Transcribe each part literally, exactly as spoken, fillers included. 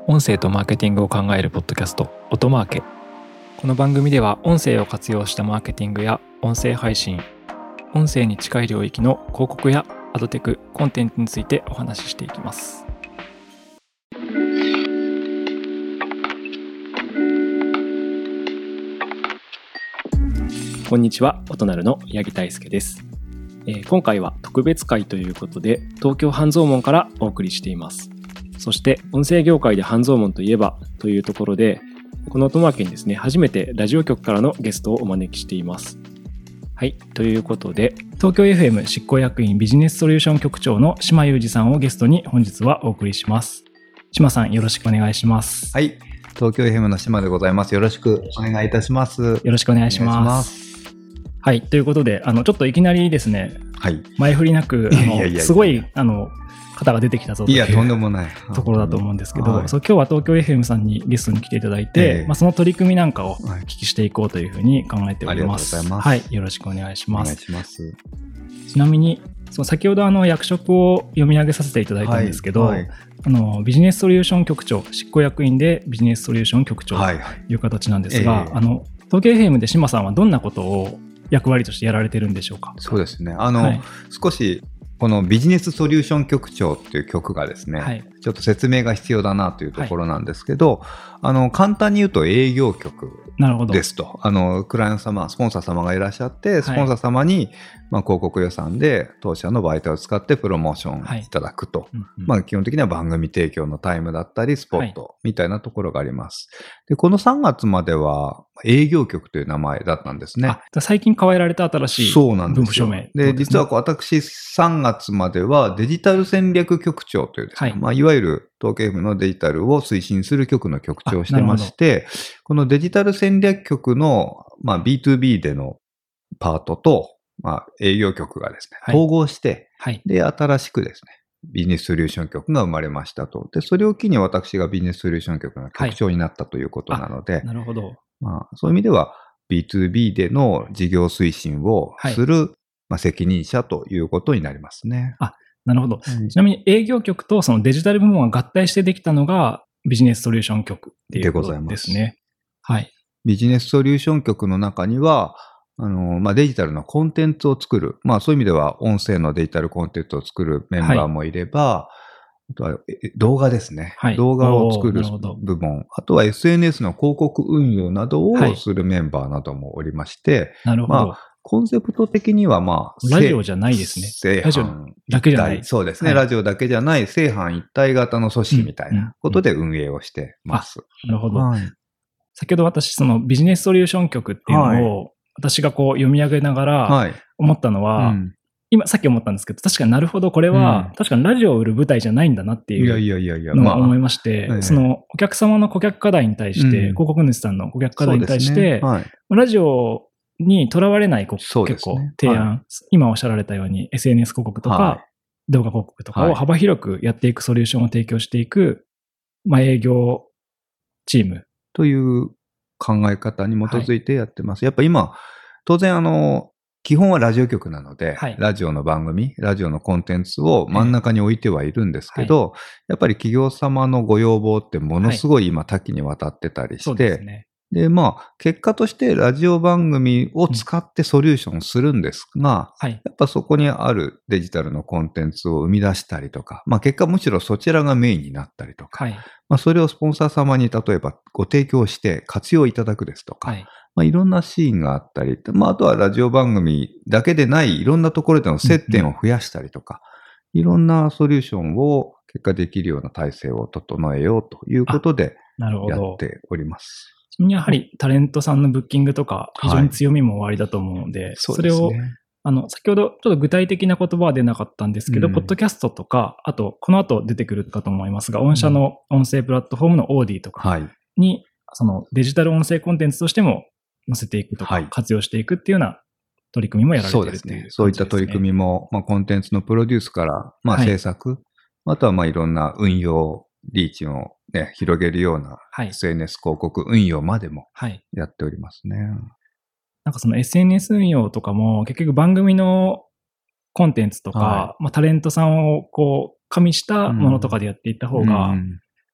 音声とマーケティングを考えるポッドキャスト音マーケ。この番組では音声を活用したマーケティングや音声配信、音声に近い領域の広告やアドテク、コンテンツについてお話ししていきます。こんにちは、音なるの八木大輔です。えー、今回は特別会ということで東京半蔵門からお送りしています。そして音声業界で半蔵門といえばというところで、この音マーケにですね、初めてラジオ局からのゲストをお招きしています。はい、ということで東京 エフエム 執行役員ビジネスソリューション局長の島裕二さんをゲストに本日はお送りします。島さん、よろしくお願いします。 はい、東京 エフエム の島でございます。よろしくお願いいたします。よろしくお願いします。はい、ということで、あのちょっといきなりですね、はい、前振りなく、あのいやいやいやすごいあの方が出てきたぞという、いやとんでもないところだと思うんですけど、はい、そう今日は東京 エフエム さんにゲストに来ていただいて、えーまあ、その取り組みなんかをお聞きしていこうというふうに考えております。はい、ありがとうございます。はい、よろしくお願いします。お願いします。ちなみにそう先ほどあの役職を読み上げさせていただいたんですけど、はいはい、あのビジネスソリューション局長、執行役員でビジネスソリューション局長という形なんですが、はいはいえー、あの東京 エフエム で島さんはどんなことを役割としてやられてるんでしょうか。 そうですね、あの、はい、少しこのビジネスソリューション局長っていう局がですね、はい、ちょっと説明が必要だなというところなんですけど、はい、あの簡単に言うと営業局ですと。あのクライアント様、スポンサー様がいらっしゃって、スポンサー様に、はいまあ、広告予算で当社の媒体を使ってプロモーションいただくと、はいうんうんまあ、基本的には番組提供のタイムだったりスポットみたいなところがあります。でこのさんがつまでは営業局という名前だったんですね。 あ、最近変えられた新しい文部署名。 で、実は私さんがつまではデジタル戦略局長というですね、はいまあ、いわゆる東京 エフエム のデジタルを推進する局の局長をしてまして、このデジタル戦略局の、まあ、ビーツービー でのパートと、まあ、営業局がですね、はい、統合して、はい、で、新しくですね、ビジネスソリューション局が生まれましたと。で、それを機に私がビジネスソリューション局の局長になったということなので、はい、 なるほど。 まあ、そういう意味では ビーツービー での事業推進をする、はいまあ、責任者ということになりますね。 あ、なるほど。うん、ちなみに営業局とそのデジタル部門が合体してできたのがビジネスソリューション局っていうことですね。はい。 ビジネスソリューション局の中には、あの、まあ、デジタルのコンテンツを作る。まあ、そういう意味では音声のデジタルコンテンツを作るメンバーもいれば、はい、あとは動画ですね。はい、動画を作る部門。あとは エスエヌエス の広告運用などをするメンバーなどもおりまして、 はい、なるほど。 まあコンセプト的には、まあ、 ラジオじゃないですね。 正反だけじゃない。そうですね、はい。ラジオだけじゃない正反一体型の組織みたいなことで運営をしてます。 うんうんうん、なるほど。はい、先ほど私、そのビジネスソリューション局っていうのを、はい、私がこう読み上げながら思ったのは、はいうん、今さっき思ったんですけど、確かになるほどこれは、うん、確かにラジオを売る舞台じゃないんだなっていうのを思いまして、そのお客様の顧客課題に対して、うん、広告主さんの顧客課題に対して、ねはい、ラジオにとらわれない結構提案、はい、今おっしゃられたように エスエヌエス 広告とか、はい、動画広告とかを幅広くやっていくソリューションを提供していく、まあ、営業チームという考え方に基づいてやってます。はい、やっぱ今当然あの基本はラジオ局なので、はい、ラジオの番組、ラジオのコンテンツを真ん中に置いてはいるんですけど、はい、やっぱり企業様のご要望ってものすごい今多岐にわたってたりして、はい、そうですね。で、まあ、結果としてラジオ番組を使ってソリューションするんですが、うんはい、やっぱそこにあるデジタルのコンテンツを生み出したりとか、まあ結果むしろそちらがメインになったりとか、はいまあ、それをスポンサー様に例えばご提供して活用いただくですとか、はいまあ、いろんなシーンがあったり、まああとはラジオ番組だけでないいろんなところでの接点を増やしたりとか、うんうん、いろんなソリューションを結果できるような体制を整えようということでやっております。 やはりタレントさんのブッキングとか非常に強みもおありだと思うので、はい、それを、ね、あの先ほどちょっと具体的な言葉は出なかったんですけど、うん、ポッドキャストとか、あとこの後出てくるかと思いますが、御社の音声プラットフォームのオーディとかに、はい、そのデジタル音声コンテンツとしても載せていくとか、はい、活用していくっていうような取り組みもやられているというそうですね。そういった取り組みも、まあ、コンテンツのプロデュースから、まあ、制作、はい、あとはまあいろんな運用リーチを、ね、広げるような エスエヌエス 広告運用までもやっておりますね。はい、 なんかその エスエヌエス 運用とかも結局番組のコンテンツとか、はいまあ、タレントさんをこう加味したものとかでやっていった方が、うん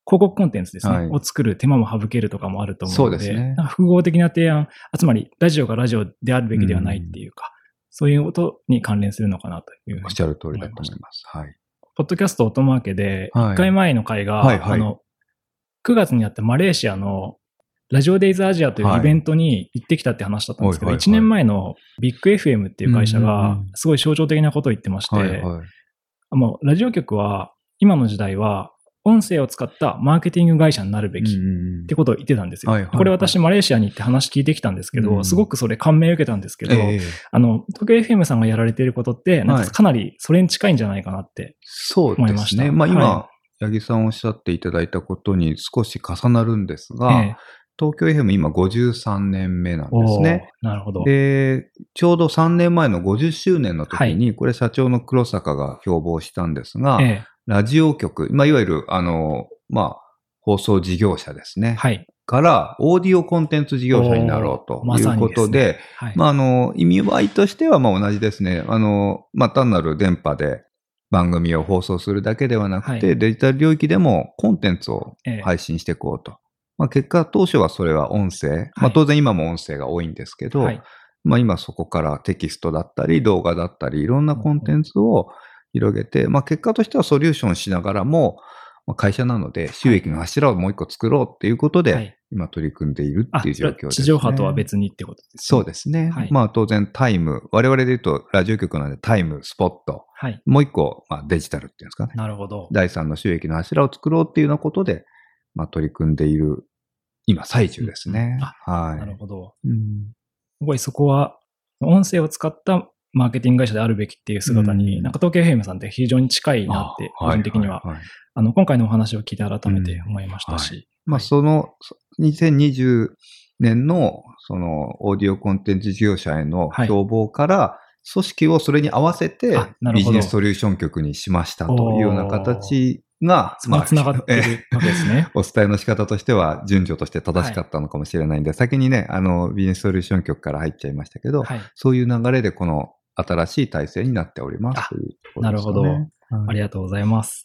広告コンテンツですね、はい、を作る手間も省けるとかもあると思うので、そうですね、なんか複合的な提案、つまりラジオがラジオであるべきではないっていうか、うん、そういうことに関連するのかなというふうに。 おっしゃる通りだと思います。はい。 ポッドキャスト音マーケで、いっかいまえの回が、はいはいはい、あの、くがつにあったマレーシアのラジオデイズアジアというイベントに行ってきたって話だったんですけど、はい、いちねんまえのビッグ エフエム っていう会社がすごい象徴的なことを言ってまして、はいはい、もうラジオ局は今の時代は音声を使ったマーケティング会社になるべきってことを言ってたんですよ。はいはいはい、これ私マレーシアに行って話聞いてきたんですけど、すごくそれ感銘を受けたんですけど、えー、あの、東京 エフエム さんがやられていることって、なんかかなりそれに近いんじゃないかなって思いました。 そうですね。まあ今、はい、八木さんおっしゃっていただいたことに少し重なるんですが、えー東京 エフエム 今ごじゅうさんねんめなんですね。 なるほど。 で、ちょうどさんねんまえのごじゅっしゅうねんの時に、はい、これ社長の黒坂が標榜したんですが、ええ、ラジオ局、まあ、いわゆる、あの、まあ、放送事業者ですね。はい。から、オーディオコンテンツ事業者になろうということで、ま, でねはい、まあ、あの、意味合いとしては、まあ、同じですね。あの、まあ、単なる電波で番組を放送するだけではなくて、はい、デジタル領域でもコンテンツを配信していこうと。ええまあ、結果、当初はそれは音声。はい、まあ、当然今も音声が多いんですけど、はい、まあ、今そこからテキストだったり、動画だったり、いろんなコンテンツを広げて、まあ、結果としてはソリューションしながらも、まあ、会社なので収益の柱をもう一個作ろうっていうことで、はい、今取り組んでいるっていう状況ですね。 地上波とは別にってことですね。 そうですね。はい、まあ、当然タイム。我々で言うとラジオ局なのでタイム、スポット。はい、もう一個、まあ、デジタルっていうんですかね。 なるほど。 第三の収益の柱を作ろうっていうようなことで、まあ、取り組んでいる今、最中ですね。 うん、はい。なるほど。うん、すごいそこは、音声を使ったマーケティング会社であるべきっていう姿に、うん、なんか東京 エフエム さんって非常に近いなって、個人的には、はいはいはい、あの、今回のお話を聞いて改めて思いましたし。うんはい、 まあ、その、にせんにじゅうねんの、その、オーディオコンテンツ事業者への標榜から、はい、組織をそれに合わせて、ビジネスソリューション局にしましたというような形が、 まあ、繋がってるわけですね。 お伝えの仕方としては、順序として正しかったのかもしれないんで、はい、先にね、あの、ビジネスソリューション局から入っちゃいましたけど、はい、そういう流れでこの新しい体制になっておりますというところですね。 なるほど、はい。ありがとうございます。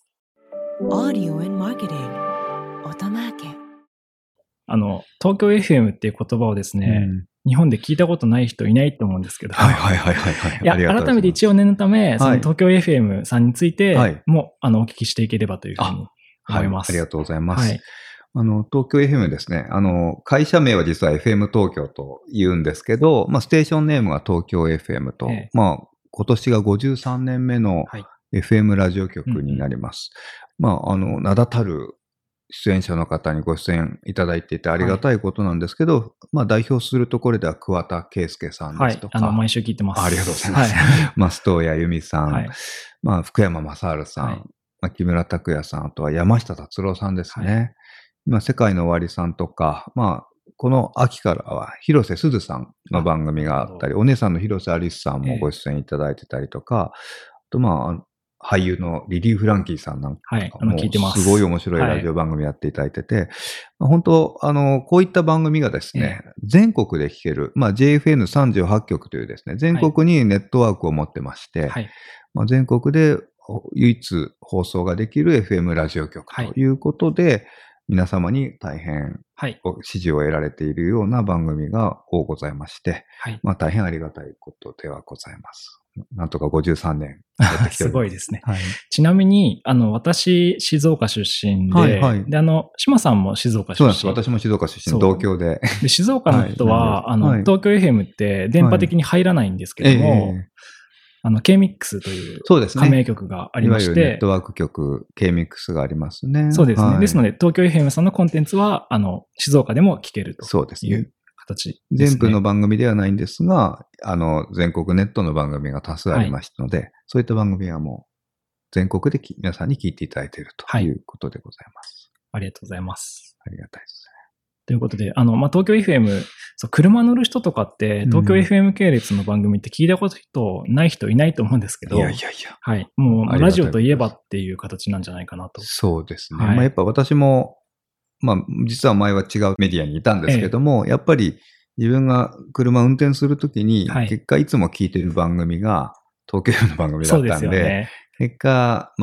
あの、東京 エフエム っていう言葉をですね、うん日本で聞いたことない人いないと思うんですけど。 はいはいはいはい、はい。 いや、改めて一応念のため、その東京 エフエム さんについても、はい、あの、お聞きしていければというふうに思います。 はい、ありがとうございます。はい、あの、東京 エフエム ですね。あの、会社名は実は エフエム 東京と言うんですけど、まあ、ステーションネームは東京 エフエム と、ええ、まあ、今年がごじゅうさんねんめの エフエム ラジオ局になります。はい、まあ、あの、名だたる出演者の方にご出演いただいていてありがたいことなんですけど、はい、まあ代表するところでは桑田佳祐さんですとか。 はい、あの、毎週聞いてます。 ありがとうございます。はい、松任谷由実さん、はい、まあ福山雅治さん、はい、まあ、木村拓哉さん、あとは山下達郎さんですね。はい、まあ世界の終わりさんとか、まあこの秋からは広瀬すずさんの番組があったり、お姉さんの広瀬アリスさんもご出演いただいてたりとか、えー、あとまあ、俳優のリリー・フランキーさんなんかもすごい面白いラジオ番組やっていただいてて、はい、本当、あの、こういった番組がですね、えー、全国で聞ける、まあ ジェイエフエヌさんじゅうはち 局というですね、全国にネットワークを持ってまして、はい、まあ、全国で唯一放送ができる エフエム ラジオ局ということで、はい、皆様に大変支持を得られているような番組が多ございまして、はい、まあ大変ありがたいことではございます。なんとかごじゅうさんねんやってきております。 すごいですね。はい、ちなみに、あの、私、静岡出身で、はいはい、で、あの、島さんも静岡出身。 そうなんです。私も静岡出身、同郷で。 で、静岡の人は、はい、あの、はい、東京 エフエム って電波的に入らないんですけども、はいえー、あの、K-ミックス という加盟局がありまして、 ね、いわゆるネットワーク局、K-ミックス がありますね。 そうですね。はい、ですので、東京 エフエム さんのコンテンツは、あの、静岡でも聞けるという。そうですね。形ですね、 全部の番組ではないんですが、あの、全国ネットの番組が多数ありましたので、はい、そういった番組はもう、全国で皆さんに聞いていただいているということでございます。 はい、ありがとうございます。 ありがたいですね。 ということで、あの、まあ、東京 エフエム、そう、車乗る人とかって、東京 エフエム 系列の番組って聞いたことない人いないと思うんですけど、 いやいやいや。 はい。もう、ラジオといえばっていう形なんじゃないかなと。 そうですね。はい、まあ、やっぱ私も、まあ、実は前は違うメディアにいたんですけども、ええ、やっぱり、自分が車運転するときに、はい、結果いつも聞いてる番組が東京 エフエム の番組だったんで、でね、結果、まあ、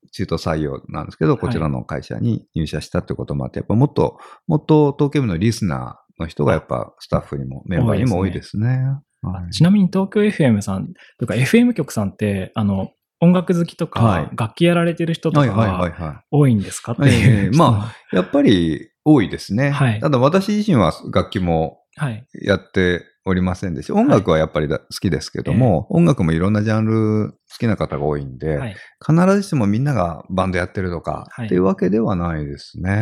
中途採用なんですけど、こちらの会社に入社したということもあって、やっぱもっと、もっと統計部のリスナーの人がやっぱスタッフにもメンバーにも多いですね。 はい、ちなみに東京 エフエム さんというか エフエム 局さんって、あの、音楽好きとか、楽器やられてる人とかが多いんですかっていう。 まあ、やっぱり多いですね。はい、ただ私自身は楽器もやっておりませんでし、音楽はやっぱり好きですけども、はい、音楽もいろんなジャンル好きな方が多いんで、はい、必ずしもみんながバンドやってるとかっていうわけではないですね。はい、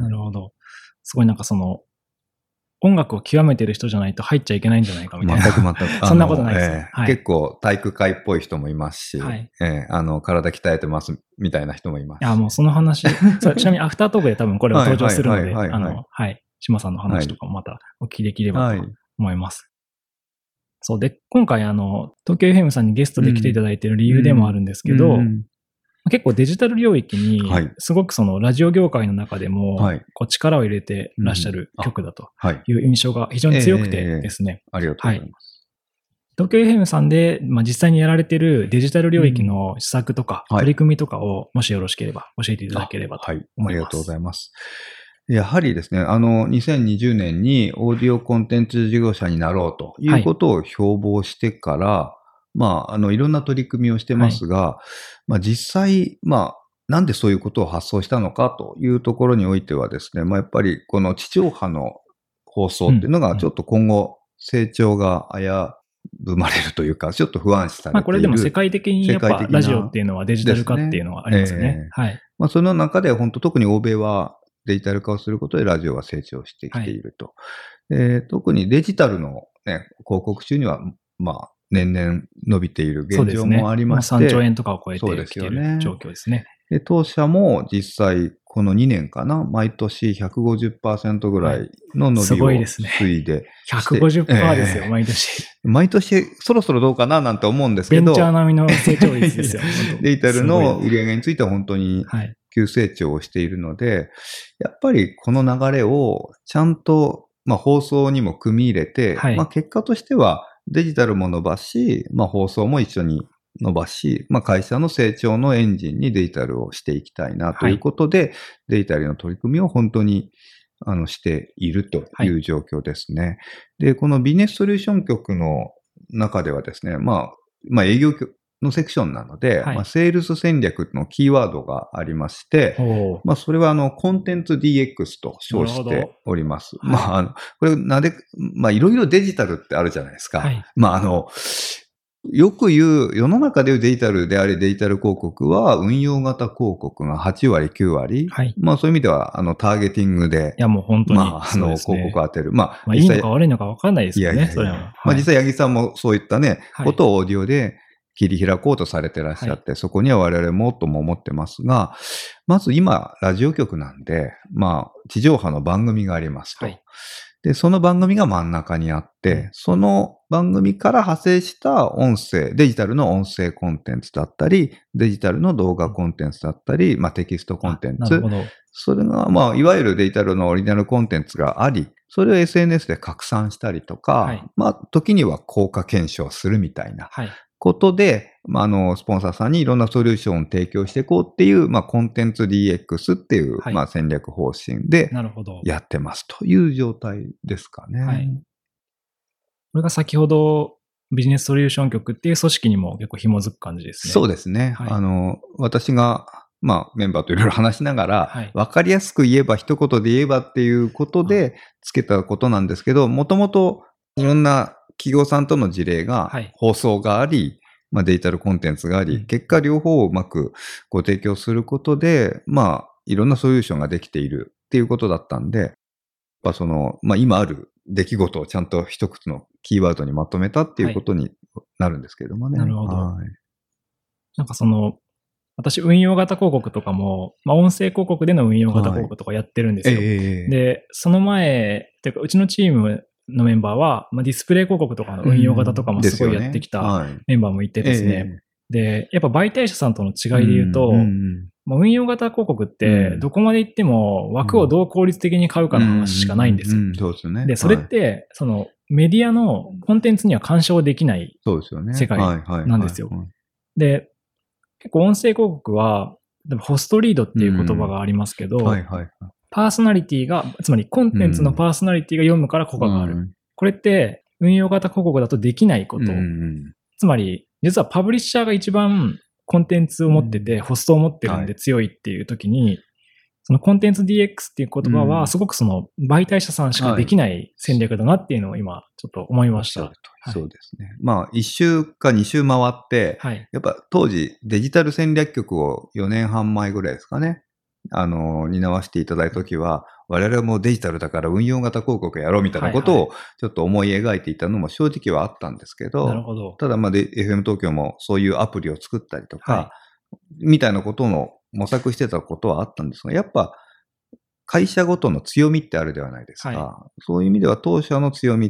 なるほど。すごいなんかその、音楽を極めてる人じゃないと入っちゃいけないんじゃないかみたいな。 全く全く。 そんなことないですね、 えーはい。結構体育会っぽい人もいますし、はいえー、あの体鍛えてますみたいな人もいますし。 いや、もうその話、そうちなみにアフタートークで多分これを登場するので、あの、はい、島さんの話とかもまたお聞きできればと思います。はい、そうで、今回あの、東京 エフエム さんにゲストで来ていただいている理由でもあるんですけど、うんうん結構デジタル領域に、すごくそのラジオ業界の中でも、こう力を入れてらっしゃる局だという印象が非常に強くてですね。 ありがとうございます。 東京 エフエム さんで、まあ、実際にやられているデジタル領域の施策とか、取り組みとかを、もしよろしければ教えていただければと思います。 はい、ありがとうございます。やはりですね、あの、にせんにじゅうねんにオーディオコンテンツ事業者になろうということを標榜してから、はいまあ、あの、いろんな取り組みをしてますが、はい、まあ実際、まあ、なんでそういうことを発想したのかというところにおいてはですね、まあやっぱりこの地上波の放送っていうのがちょっと今後成長が危ぶまれるというか、ちょっと不安視されている。 まあこれでも世界的にやっぱラジオっていうのはデジタル化っていうのはありますよね。ねえー、はい。 まあその中で本当特に欧米はデジタル化をすることでラジオは成長してきていると。はい、えー、特にデジタルの、ね、広告収入は、まあ、年々伸びている現状もありまして。 そうですね。さんちょうえんとかを超えてきている状況ですね。 で、当社も実際このにねんかな、毎年 ひゃくごじゅっパーセント ぐらいの伸びを推移で。 ひゃくごじゅっパーセント ですよ、えー、毎年。 毎年そろそろどうかななんて思うんですけど。 ベンチャー並みの成長率ですよ。 デジタルの売り上げについては本当に急成長をしているので、はい、やっぱりこの流れをちゃんと、まあ、放送にも組み入れて、はい、まあ、結果としてはデジタルも伸ばし、まあ、放送も一緒に伸ばし、まあ、会社の成長のエンジンにデジタルをしていきたいなということで、はい、デジタルの取り組みを本当にあのしているという状況ですね。はい、で、このビジネスソリューション局の中ではですね、まあ、まあ、営業のセクションなので、はい、まあ、セールス戦略のキーワードがありまして、まあ、それはあの、コンテンツ ディーエックス と称しております。まあ、あの、これ、なで、まあ、いろいろデジタルってあるじゃないですか。はい、まあ、あの、よく言う、世の中でいうデジタルでありデジタル広告は運用型広告がはちわり、きゅうわり。はい、まあそういう意味では、あの、ターゲティングで。 いやもう本当に。 まあ、あの、広告を当てる。まあ、 まあ、いいのか悪いのか分かんないですけどね、いやいやいやそれは。はい、 まあ実際、八木さんもそういったね、はい、ことをオーディオで切り開こうとされてらっしゃって、はい、そこには我々もとも思ってますが、まず今、ラジオ局なんで、まあ、地上波の番組がありますと。はいで、その番組が真ん中にあって、その番組から派生した音声、デジタルの音声コンテンツだったり、デジタルの動画コンテンツだったり、まあテキストコンテンツ。なるほど。それが、まあ、いわゆるデジタルのオリジナルコンテンツがあり、それを エスエヌエス で拡散したりとか、はい、まあ、時には効果検証するみたいなことで、まあ、あの、スポンサーさんにいろんなソリューションを提供していこうっていう、まあ、コンテンツ ディーエックス っていう、はい、まあ、戦略方針でやってますという状態ですかね。はい。 これが先ほどビジネスソリューション局っていう組織にも結構紐づく感じですね。 そうですね。はい、あの、私が、まあ、メンバーといろいろ話しながら、はい、分かりやすく言えば、一言で言えばっていうことでつけたことなんですけど、もともといろんな企業さんとの事例が、放送があり、はいまあ、デジタルコンテンツがあり、結果両方をうまくご提供することで、まあ、いろんなソリューションができているっていうことだったんで、やっぱその、まあ今ある出来事をちゃんと一つのキーワードにまとめたっていうことになるんですけれどもね。 はい、なるほど。はい、なんかその、私運用型広告とかも、まあ音声広告での運用型広告とかやってるんですよ。はいえー、で、その前、というかうちのチーム、のメンバーは、まあ、ディスプレイ広告とかの運用型とかもすごいやってきたメンバーもいてですね。うんですねえー、で、やっぱ媒体者さんとの違いで言うと、うんうんまあ、運用型広告ってどこまで行っても枠をどう効率的に買うかの話しかないんですよ。 そうですね。 で、それって、そのメディアのコンテンツには干渉できない世界なんですよ。で、結構音声広告は、 でもホストリードっていう言葉がありますけど、うんはいはいはい、パーソナリティが、つまりコンテンツのパーソナリティが読むから効果がある。うん、これって運用型広告だとできないこと。うん、つまり、実はパブリッシャーが一番コンテンツを持ってて、うん、ホストを持ってるんで強いっていう時に、はい、そのコンテンツ ディーエックス っていう言葉はすごくその媒体者さんしかできない戦略だなっていうのを今ちょっと思いました。はいはい、そうですね。まあ一周か二周回って、はい、やっぱ当時デジタル戦略局をよねんはんまえぐらいですかね。あの、担わせていただいたときは、我々もデジタルだから運用型広告やろうみたいなことをちょっと思い描いていたのも正直はあったんですけど、 なるほど。 ただまあ エフエム 東京もそういうアプリを作ったりとか、はい、みたいなことの模索してたことはあったんですが、やっぱ会社ごとの強みってあるではないですか。はい、そういう意味では当社の強みって、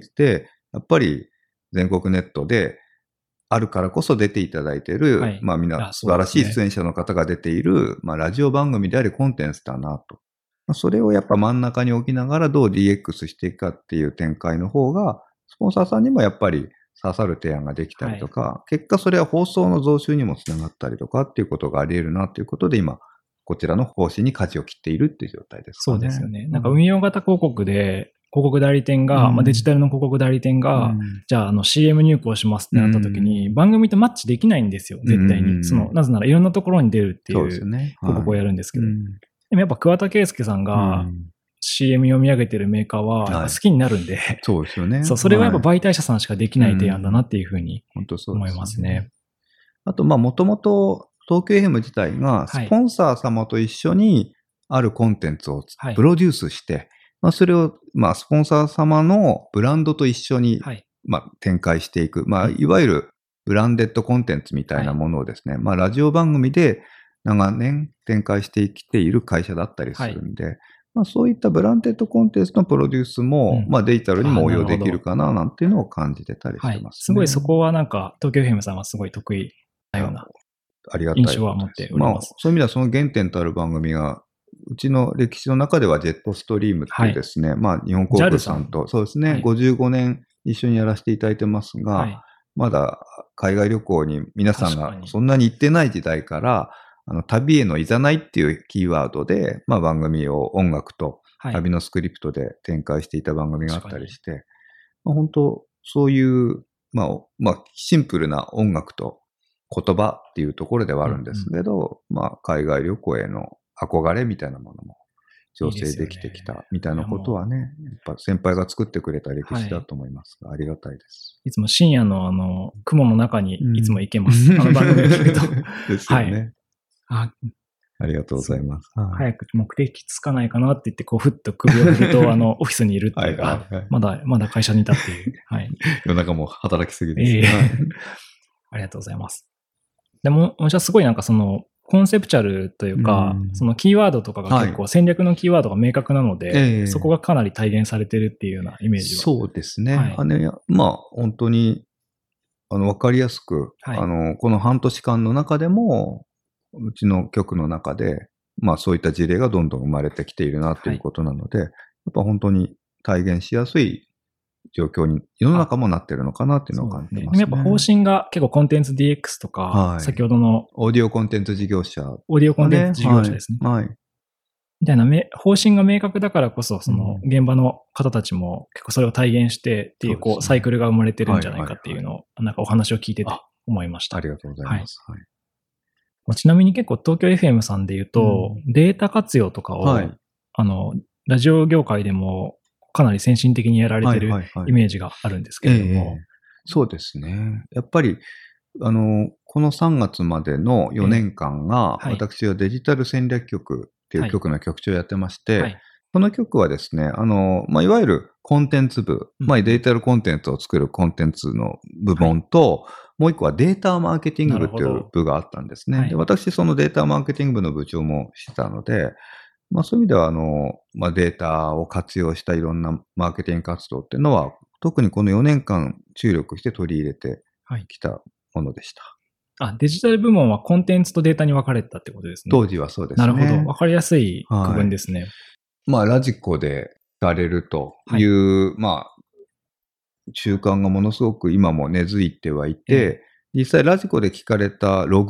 やっぱり全国ネットであるからこそ出ていただいている、はい、まあみんな素晴らしい出演者の方が出ている、まあラジオ番組でありコンテンツだなと。まあ、それをやっぱ真ん中に置きながらどう ディーエックス していくかっていう展開の方が、スポンサーさんにもやっぱり刺さる提案ができたりとか、はい、結果それは放送の増収にもつながったりとかっていうことがあり得るなっていうことで今、こちらの方針に舵を切っているっていう状態ですかね。 そうですよね。なんか運用型広告で、広告代理店が、うんまあ、デジタルの広告代理店が、うん、じゃあ、あの シーエム 入稿しますってなった時に、うん、番組とマッチできないんですよ、絶対に。うん、その、なぜならいろんなところに出るっていう広告をやるんですけど。で, す、ねはい、でもやっぱ桑田佳祐さんが シーエム 読み上げてるメーカーは好きになるんで、はい、 そうですよね。 そう、それはやっぱ媒体者さんしかできない提案だなっていうふうに思いますね。 あと、まあ、もともと東京 エフエム 自体がスポンサー様と一緒にあるコンテンツをプロデュースして、はいまあ、それを、まあ、スポンサー様のブランドと一緒に、はい、まあ、展開していく。まあ、いわゆるブランデッドコンテンツみたいなものをですね、はい、まあ、ラジオ番組で長年展開してきている会社だったりするんで、はいまあ、そういったブランデッドコンテンツのプロデュースも、うん、まあ、デジタルにも応用できるかな、なんていうのを感じてたりしてますね。はい、 すごいそこはなんか、東京 エフエム さんはすごい得意なような印象は持っております。まあ、 そういう意味ではその原点とある番組が、うちの歴史の中ではジェットストリームっていうですね、はい、まあ日本航空さんと、そうですね、はい、ごじゅうごねん一緒にやらせていただいてますが、はい、まだ海外旅行に皆さんがそんなに行ってない時代から、あの旅へのいざないっていうキーワードで、まあ番組を音楽と旅のスクリプトで展開していた番組があったりして、まあ、本当そういう、まあ、まあシンプルな音楽と言葉っていうところではあるんですけど、うんうん、まあ海外旅行への憧れみたいなものも調整できてきたみたいなことはね、いいねやっぱ先輩が作ってくれた歴史だと思いますが、はい、ありがたいです。 いつも深夜のあの、雲の中にいつも行けます。うん、あの番組を聞くと。 ですよね。はいあ。ありがとうございます。 早く目的つかないかなって言って、こう、ふっと首を振ると、あの、オフィスにいるっていうか、はいはいはい、まだ、まだ会社にいたっていう。はい。 夜中も働きすぎです、ねえーはい。ありがとうございます。でも、私はすごいなんかその、コンセプチャルというか、うん、そのキーワードとかが結構戦略のキーワードが明確なので、はいえー、そこがかなり体現されてるっていうようなイメージは。 そうですね。はい、あのまあ、本当に、あの、わかりやすく、はい、あの、この半年間の中でも、うちの局の中で、まあそういった事例がどんどん生まれてきているなということなので、はい、やっぱ本当に体現しやすい状況に世の中もなってるのかなっていうのを感じてますね。 やっぱ方針が結構コンテンツ ディーエックス とか、はい、先ほどのオーディオコンテンツ事業者、 オーディオコンテンツ事業者ですね。はい。はい、みたいな方針が明確だからこそ、その現場の方たちも結構それを体現してっていう、こうサイクルが生まれてるんじゃないかっていうのを、なんかお話を聞いてて思いました。 ありがとうございます。はい。はいちなみに結構東京 エフエム さんで言うと、うん、データ活用とかを、はい、あの、ラジオ業界でもかなり先進的にやられてるイメージがあるんですけれども。はいはいはいえー、 そうですね。やっぱり、あの、このさんがつまでのよねんかんが、えーはい、私はデジタル戦略局っていう局の局長をやってまして、はいはい、この局はですね、あの、まあ、いわゆるコンテンツ部、うん、まあ、デジタルコンテンツを作るコンテンツの部門と、はいもう一個はデータマーケティング部っていう部があったんですね。はい、で私、そのデータマーケティング部の部長もしてたので、まあそういう意味では、あの、まあデータを活用したいろんなマーケティング活動っていうのは、特にこのよねんかん注力して取り入れてきたものでした。 はい、あ、デジタル部門はコンテンツとデータに分かれたってことですね。 当時はそうですね。 なるほど。分かりやすい区分ですね。はい、 まあラジコで聞かれるという、はい、まあ、習慣がものすごく今も根付いてはいて、うん、実際ラジコで聞かれたログ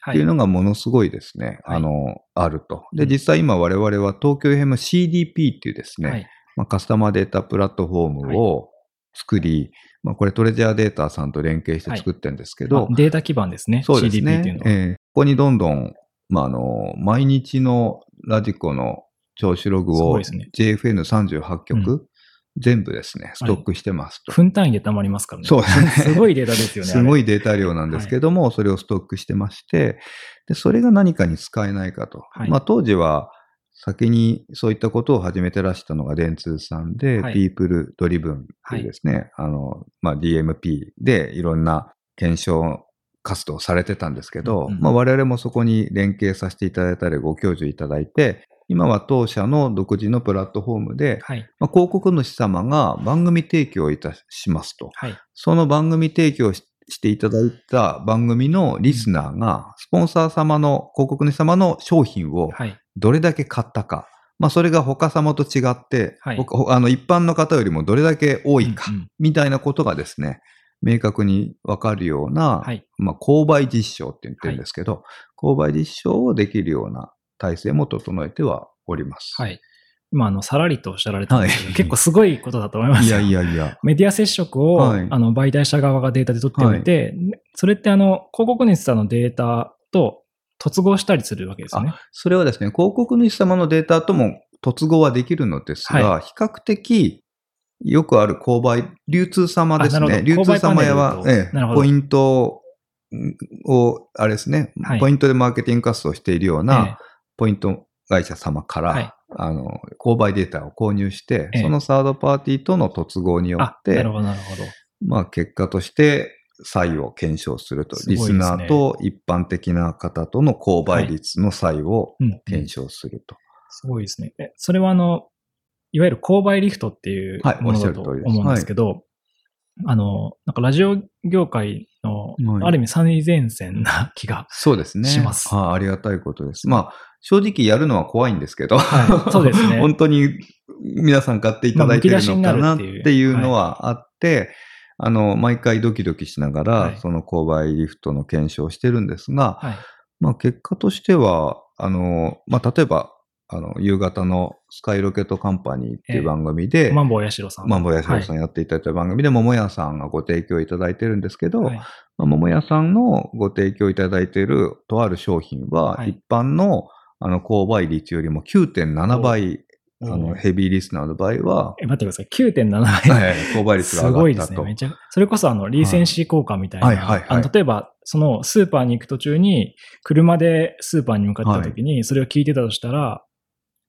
っていうのがものすごいですね、はい、あの、あると。で、実際今我々は東京 エフエム シーディーピー っていうですね、はい、まあ、カスタマーデータプラットフォームを作り、はい、まあ、これトレジャーデータさんと連携して作ってるんですけど、 はい、データ基盤ですね。 そうですね。 シーディーピー っていうのは。 えー、ここにどんどん、まあ、あの、毎日のラジコの聴取ログを ジェイエフエヌさんじゅうはち 局、うん、全部ですね、ストックしてますと。 はい、分単位で溜まりますからね。 そうですね。 すごいデータですよね。 すごいデータ量なんですけども、はい、それをストックしてまして、で、それが何かに使えないかと。はい、まあ、当時は、先にそういったことを始めてらしたのが電通さんで、はい、ピープルドリブンっていうですね、はい、あの、まあ、ディーエムピー でいろんな検証活動をされてたんですけど、うんうん、まあ、我々もそこに連携させていただいたりご教授いただいて、今は当社の独自のプラットフォームで、はい、まあ、広告主様が番組提供いたしますと。はい、その番組提供ししていただいた番組のリスナーが、スポンサー様の、広告主様の商品をどれだけ買ったか。はい、まあそれが他様と違って、はい、あの一般の方よりもどれだけ多いか、みたいなことがですね、明確にわかるような、はい、まあ購買実証って言ってるんですけど、はい、購買実証をできるような体制も整えてはおります。 はい。今、あの、さらりとおっしゃられたんですけど、はい、結構すごいことだと思いますよ。 いやいやいや。 メディア接触を、はい、あの、媒体者側がデータで取っておいて、はい、それってあの、広告主さんのデータと突合したりするわけですよね。 それはですね、広告主様のデータとも突合はできるのですが、はい、比較的よくある購買、流通様ですね。流通様やは、ええ、ポイントを、あれですね、はい、ポイントでマーケティング活動をしているような、ええ、ポイント会社様から、はい、あの、購買データを購入して、ええ、そのサードパーティーとの突合によって、 なるほど、なるほど。 まあ、結果として、差異を検証すると。すごいですね。リスナーと一般的な方との購買率の差異を検証すると。 はい、うんうん、すごいですね。え、それはあの、いわゆる購買リフトっていうものだと思うんですけど、はい、あの、なんかラジオ業界の、ある意味最前線な気がします。 そうですね。あ、ありがたいことです。まあ、正直やるのは怖いんですけど、 はい、そうですね。 本当に皆さん買っていただいてるのかなっていうのはあって、はい、あの、毎回ドキドキしながら、はい、その購買リフトの検証をしてるんですが、はい、まあ結果としては、あの、まあ例えば、あの、夕方のスカイロケットカンパニーっていう番組で、 えー、マンボウヤシロさん。 マンボウヤシロさんやっていただいた番組で、桃屋さんがご提供いただいてるんですけど、はい、まあ、桃屋さんのご提供いただいているとある商品は、はい、一般のあの購買率よりも きゅうてんなな 倍、あの、ヘビーリスナーの場合は、 え、待ってください。きゅうてんなな 倍。 はい、購買率が上がったと。すごいですね。めちゃ、 それこそあの、リーセンシー効果みたいな。はい、はい、はい。あの、例えば、そのスーパーに行く途中に、車でスーパーに向かった時に、それを聞いてたとしたら、はい、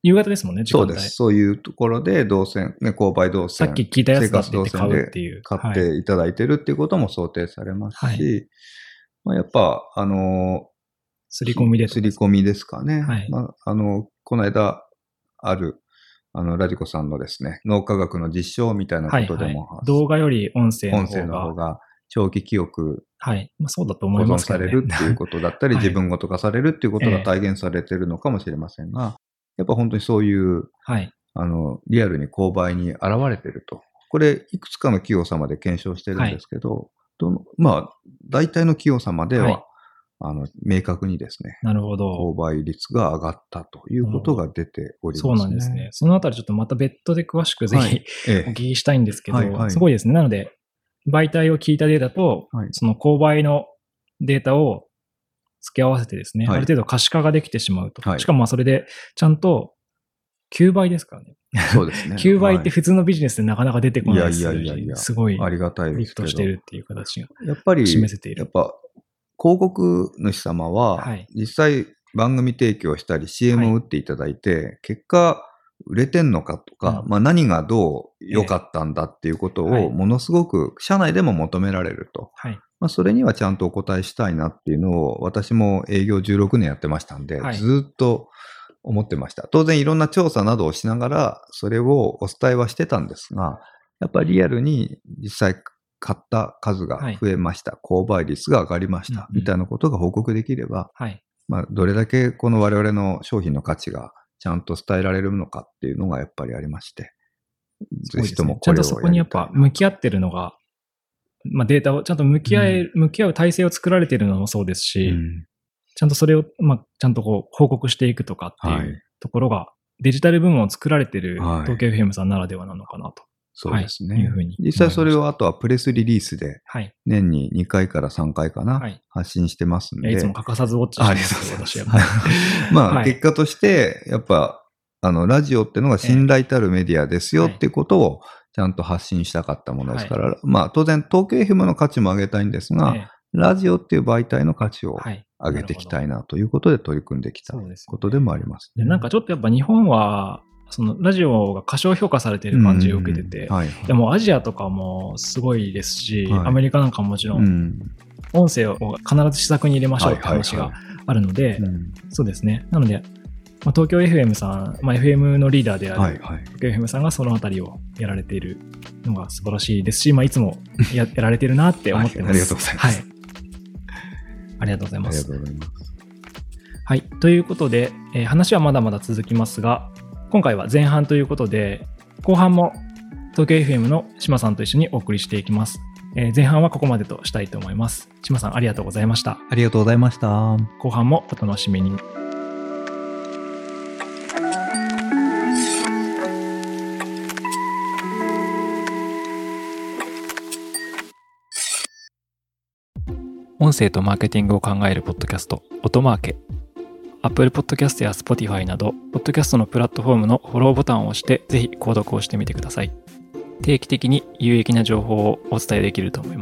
夕方ですもんね、時間帯。 そうです。そういうところで、動線、ね、購買動線。 さっき聞いたやつだって言って買うっていう。 買っていただいてるっていうことも想定されますし、はい、まあ、やっぱ、あの、 すり込みです。 すり込みですかね。はい。まあ、あの、この間、ある、あの、ラジコさんのですね、脳科学の実証みたいなことでも、はいはい、 動画より音声の方が、 音声の方が長期記憶、 はい。まあ、そうだと思いますけどね。 保存されるっていうことだったり、はい、自分ごと化されるっていうことが体現されてるのかもしれませんが、やっぱ本当にそういう、はい、あの、リアルに購買に現れてると。これ、いくつかの企業様で検証してるんですけど、はい、どのまあ、大体の企業様では、はい、あの、明確にですね。 なるほど。 購買率が上がったということが出ておりますね。 そうなんですね。そのあたりちょっとまた別途で詳しくぜひ、はい、お聞きしたいんですけど、はいはい、すごいですね。なので、媒体を聞いたデータと、はい、その購買のデータを付け合わせてですね、はい、ある程度可視化ができてしまうと。はい、しかもそれでちゃんときゅうばいですからね。 そうですね。 きゅうばいって普通のビジネスでなかなか出てこないです。 いやいやいやいや。 すごい。 ありがたいです。 リフトしてるっていう形がやっぱり、 示せている。 やっぱ、広告主様は、実際番組提供したり シーエム を打っていただいて、はい、結果、売れてんのかとか、うん、まあ何がどう良かったんだっていうことを、ものすごく社内でも求められると。はい、まあそれにはちゃんとお答えしたいなっていうのを、私も営業じゅうろくねんやってましたんで、はい、ずっと思ってました。当然いろんな調査などをしながら、それをお伝えはしてたんですが、やっぱりリアルに実際買った数が増えました。はい、購買率が上がりました。うんうん、みたいなことが報告できれば、はい、まあどれだけこの我々の商品の価値がちゃんと伝えられるのかっていうのがやっぱりありまして。 ぜひともこれを、ね、ちゃんとそこにやっぱ向き合ってるのが、まあデータをちゃんと向き合え、うん、向き合う体制を作られているのもそうですし、うん、 ちゃんとそれを、まあ、ちゃんとこう報告していくとかっていうところが、デジタル部門を作られてる東京 エフエム さんならではなのかなと。 そうですね。はい、いうふうに実際それをあとはプレスリリースで、年ににかいからさんかいかな、はい、発信してますんで。 いつも欠かさずウォッチしてますけど、私は。 まあ、はい、結果として、やっぱ、あの、ラジオっていうのが信頼たるメディアですよっていうことをちゃんと発信したかったものですから、はい、まあ、当然、東京 エフエム の価値も上げたいんですが、ええ、ラジオっていう媒体の価値を上げていきたいなということで取り組んできたことでもあります、 ね。なんかちょっとやっぱ日本は、そのラジオが過小評価されている感じを受けてて、はいはい、でもアジアとかもすごいですし、はい、アメリカなんかももちろん、音声を必ず施策に入れましょうって話があるので、そうですね。なので、まあ、東京 エフエム さん、まあ、エフエム のリーダーである、はいはい、東京 エフエム さんがそのあたりをやられているのが素晴らしいですし、まあ、いつも や, やられてるなって思ってます。はい、 ありがとうございます。 はい、ありがとうございます。 ありがとうございます。 はい。ということで、えー、話はまだまだ続きますが、今回は前半ということで、後半も東京 エフエム の島さんと一緒にお送りしていきます。えー、前半はここまでとしたいと思います。島さんありがとうございました。 ありがとうございました。 後半もお楽しみに。音声とマーケティングを考えるポッドキャスト、音マーケ。Apple Podcast や Spotify など、ポッドキャストのプラットフォームのフォローボタンを押して、ぜひ購読をしてみてください。定期的に有益な情報をお伝えできると思います。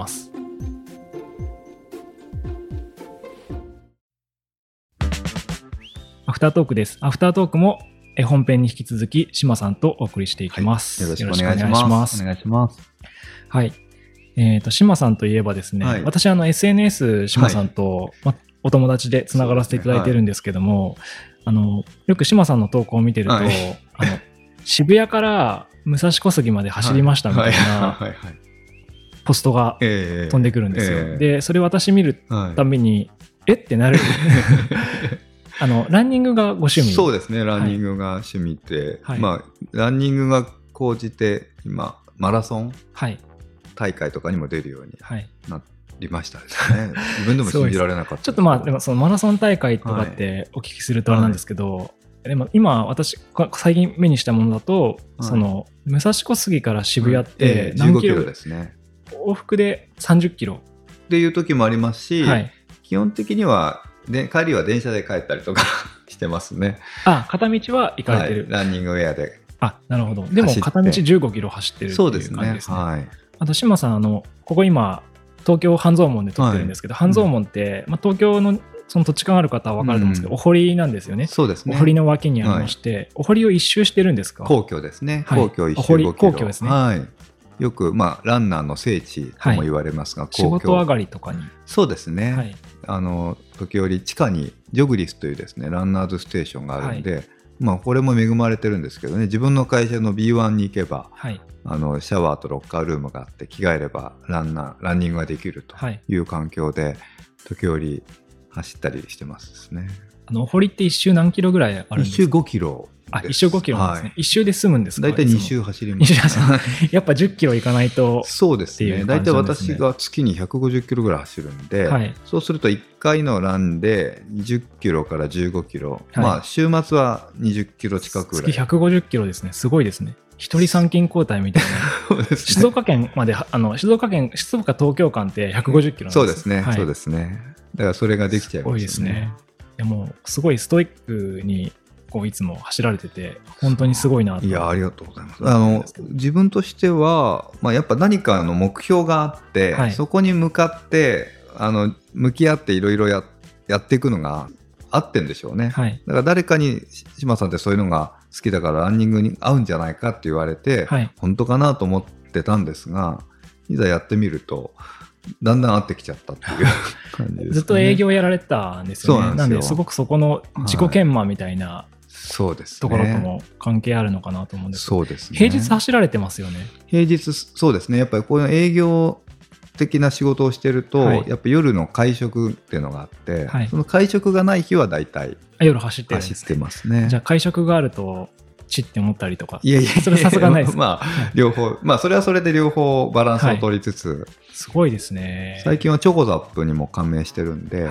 アフタートークです。アフタートークも本編に引き続き、島さんとお送りしていきます。 はい、よろしくお願いします。 お願いします。はい。えっと、島さんといえばですね、はい、私あの エスエヌエス 島さんと、はいまお友達でつながらせていただいてるんですけども、ねはい、あのよく島さんの投稿を見てると、はい、あの渋谷から武蔵小杉まで走りましたみたいなポストが飛んでくるんですよ、えーえー、でそれ私見るたびに、はい、えってなるあのランニングがご趣味。 そうですね、ランニングが趣味で、はいまあ、ランニングが高じて今マラソン大会とかにも出るようになって、はいりましたですね。自分でも信じられなかった。 ちょっとまあでもそのマラソン大会とかってお聞きするとあれなんですけど、はい、でも今私最近目にしたものだと、はい、その武蔵小杉から渋谷って何キロ、はいえー、じゅうごキロですね。往復でさんじゅっキロっていう時もありますし、はい、基本的にはで帰りは電車で帰ったりとかしてますね。 あ、片道は行かれてる、 はい、ランニングウェアで。 あ、なるほど。でも片道じゅうごキロ走ってるっていう感じですね。そうですね。はい、あと島さんあのここ今東京半蔵門で撮ってるんですけど、はい、半蔵門って、まあ、東京のその土地勘ある方は分かると思うんですけど、うん、お堀なんですよね。 そうですね。 お堀の脇にありまして、はい、お堀を一周してるんですか？ 皇居ですね。皇居一周ごキロ。 皇居ですね。 はい。よく、まあ、ランナーの聖地とも言われますが、はい、 仕事上がりとかに。 そうですね。はい、あの時折地下にジョグリスというですねランナーズステーションがあるんで、はいまあ、これも恵まれてるんですけどね、自分の会社の ビーワン に行けば、はい、あのシャワーとロッカールームがあって着替えればランナーランニングができるという環境で、はい、時折走ったりしてますですね。 あのお堀って一周何キロぐらいあるんですか？ 一周ごキロ。 あ、一周ごキロなんですね。はい、一周で済むんですか？ だいたいに周走ります。 やっぱじゅっキロ行かないと。 そうですね。だいたい私が月にひゃくごじゅっキロぐらい走るんで、はい、そうするといっかいのランでじゅっキロからじゅうごキロ、はい、まあ週末はにじゅっキロ近くぐらい。 月ひゃくごじゅっキロですね。すごいですね。一人参勤交代みたいな。そうですね、静岡県まであの静岡県静岡東京間ってひゃくごじゅっキロなんです。 そうですね。はい、そうですね。だからそれができちゃいますね。すごいですね。 いやもうすごいストイックに。こういつも走られてて本当にすごいなと。 いやありがとうございます。あの自分としては、まあ、やっぱ何かの目標があって、はい、そこに向かってあの向き合っていろいろやっていくのが合ってんでしょうね、はい、だから誰かに島さんってそういうのが好きだからランニングに合うんじゃないかって言われて、はい、本当かなと思ってたんですが、いざやってみるとだんだん合ってきちゃったっていう感じですね。 ずっと営業やられてたんですよね。そうなんですよ。なんですごくそこの自己研磨みたいな、はいそうですね、 ところとも関係あるのかなと思うんですけど、 そうですね、 平日走られてますよね。 平日そうですね。やっぱりこういう営業的な仕事をしてると、はい、やっぱ夜の会食っていうのがあって、はい、その会食がない日はだいたい夜走ってるんですね。 走ってますね。 じゃあ会食があるとチって思ったりとか。 いやいやそれさすがないですか。 まあ両方、まあそれはそれで両方バランスを取りつつ、はい、 すごいですね。 最近はチョコザップにも加盟してるんで、はい、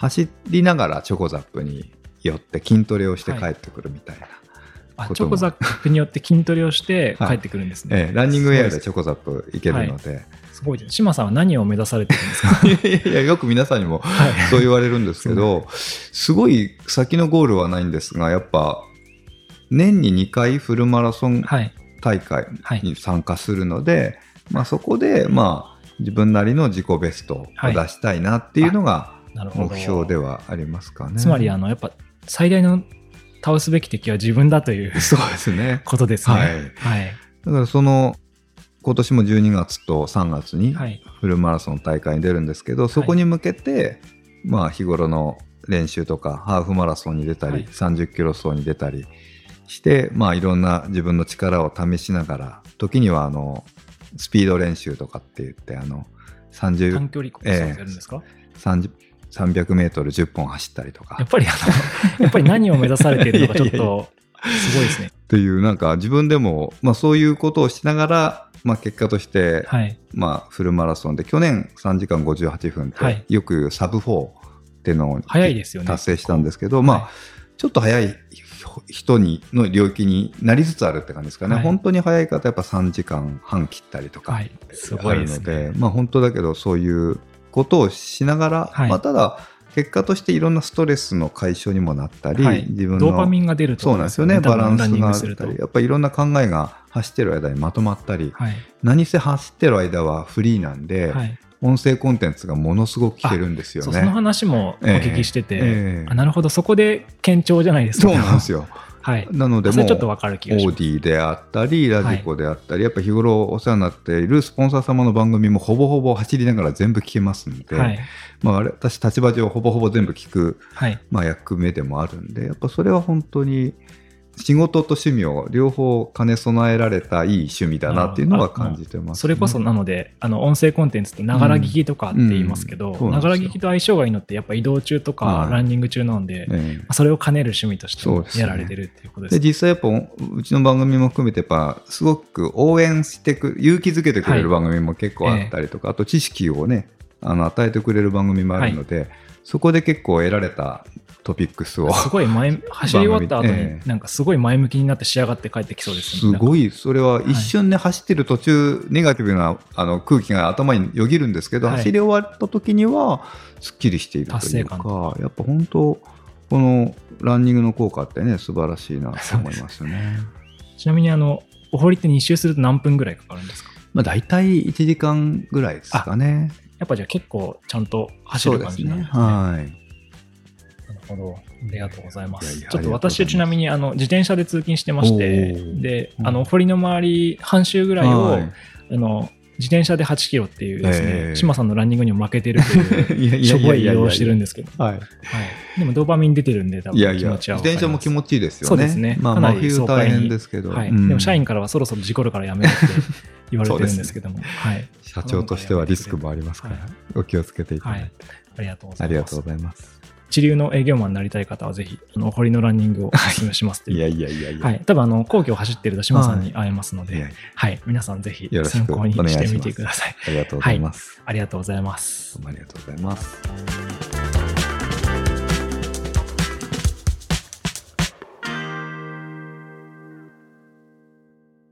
走りながらチョコザップに寄って筋トレをして帰ってくるみたいな、 はい、あチョコザップによって筋トレをして帰ってくるんですね、はいええ、ランニングウェアでチョコザップ行けるので、はい、 すごいです。島さんは何を目指されてるんですか？ いやいやよく皆さんにもそう言われるんですけど、はい、すごい先のゴールはないんですが、やっぱ年ににかいフルマラソン大会に参加するので、はいはい、まあ、そこでまあ自分なりの自己ベストを出したいなっていうのが目標ではありますかね。 つまりあのやっぱ最大の倒すべき敵は自分だというそうですねことですね。 はいはい、だからその今年もじゅうにがつとさんがつにフルマラソン大会に出るんですけど、はい、そこに向けて、まあ、日頃の練習とかハーフマラソンに出たり、はい、さんじゅっキロ走に出たりして、まあ、いろんな自分の力を試しながら、時にはあのスピード練習とかって言ってあのさんじゅう短距離コースをやるんですか？ えー、さんじゅうさんびゃくメートルじゅっぽん走ったりとか、 やっぱりあのやっぱり何を目指されているのかちょっとすごいですね。 というなんか自分でも、まあ、そういうことをしながら、まあ、結果として、はいまあ、フルマラソンで去年さんじかんごじゅうはっぷんって、はい、よく言うサブフォーっていうのを達成したんですけど、はいまあ、ちょっと早い人にの領域になりつつあるって感じですかね、はい、本当に早い方はやっぱさんじかんはん切ったりとかあるので、はい、すごいですね。まあ、本当だけどそういうことをしながら、はいまあ、ただ結果としていろんなストレスの解消にもなったり、はい、自分のドーパミンが出ると、 そうなんですよね、バランスがあったり、やっぱりいろんな考えが走ってる間にまとまったり、はい、何せ走ってる間はフリーなんで、はい、音声コンテンツがものすごく聞けるんですよね。 そ, その話もお聞きしてて、えーえー、あなるほど、そこで堅調じゃないですか。 そうなんですよはい、なのでもうちょっと分かる気がします。 オーディーであったりラジコであったり、はい、やっぱ日頃お世話になっているスポンサー様の番組もほぼほぼ走りながら全部聞けますので、はいまあ、私立場上ほぼほぼ全部聞く、はいまあ、役目でもあるんで、やっぱそれは本当に仕事と趣味を両方兼ね備えられたいい趣味だなっていうのは感じてます、ね、 それこそなのであの音声コンテンツってながら聞きとかって言いますけど、ながら聞きと相性がいいのってやっぱ移動中とかランニング中なので、ええ、それを兼ねる趣味としてやられてるっていうことですね。 で実際やっぱうちの番組も含めてやっぱすごく応援してく勇気づけてくれる番組も結構あったりとか、はいええ、あと知識をねあの与えてくれる番組もあるので、はい、そこで結構得られたトピックスをすごい前走り終わった後に、えー、なんかすごい前向きになって仕上がって帰ってきそうですね。 すごいそれは一瞬ね、はい、走ってる途中ネガティブなあの空気が頭によぎるんですけど、はい、走り終わった時にはすっきりしているというか、やっぱ本当このランニングの効果ってね素晴らしいなと思いますよね。 ちなみにあのお堀ってに周すると何分ぐらいかかるんですか？ まあ、だいたいいちじかんぐらいですかね。 やっぱじゃあ結構ちゃんと走る感じなんですね。 そうですね。はい。 なるほど。ありがとうございます。いやいやちょっと私ちなみにあの自転車で通勤してまして、で、あの堀の周り半周ぐらいを、はい、あの自転車ではちキロっていうですね、えー、島さんのランニングにも負けてるというしょぼい移動をしてるんですけど、はいはい、でもドーパミン出てるんで多分気持ちは分かります。いやいや自転車も気持ちいいですよね。 そうですね。 まあ、真冬大変ですけど、 はいうん、でも社員からはそろそろ事故るからやめろって言われてるんですけども、ねはい、 社長としてはリスクもありますから、はい、お気をつけていただいて、はい、 ありがとうございます。 ありがとうございます。 一流の営業マンになりたい方はぜひあの堀のランニングをお勧めしますという。いやいやいやいや、はい、多分あの皇居を走っていると島さんに会えますので、はい、はい、皆さんぜひ参考にしてみてください。 ありがとうございます。 はい、ありがとうございます。 どうもありがとうございます。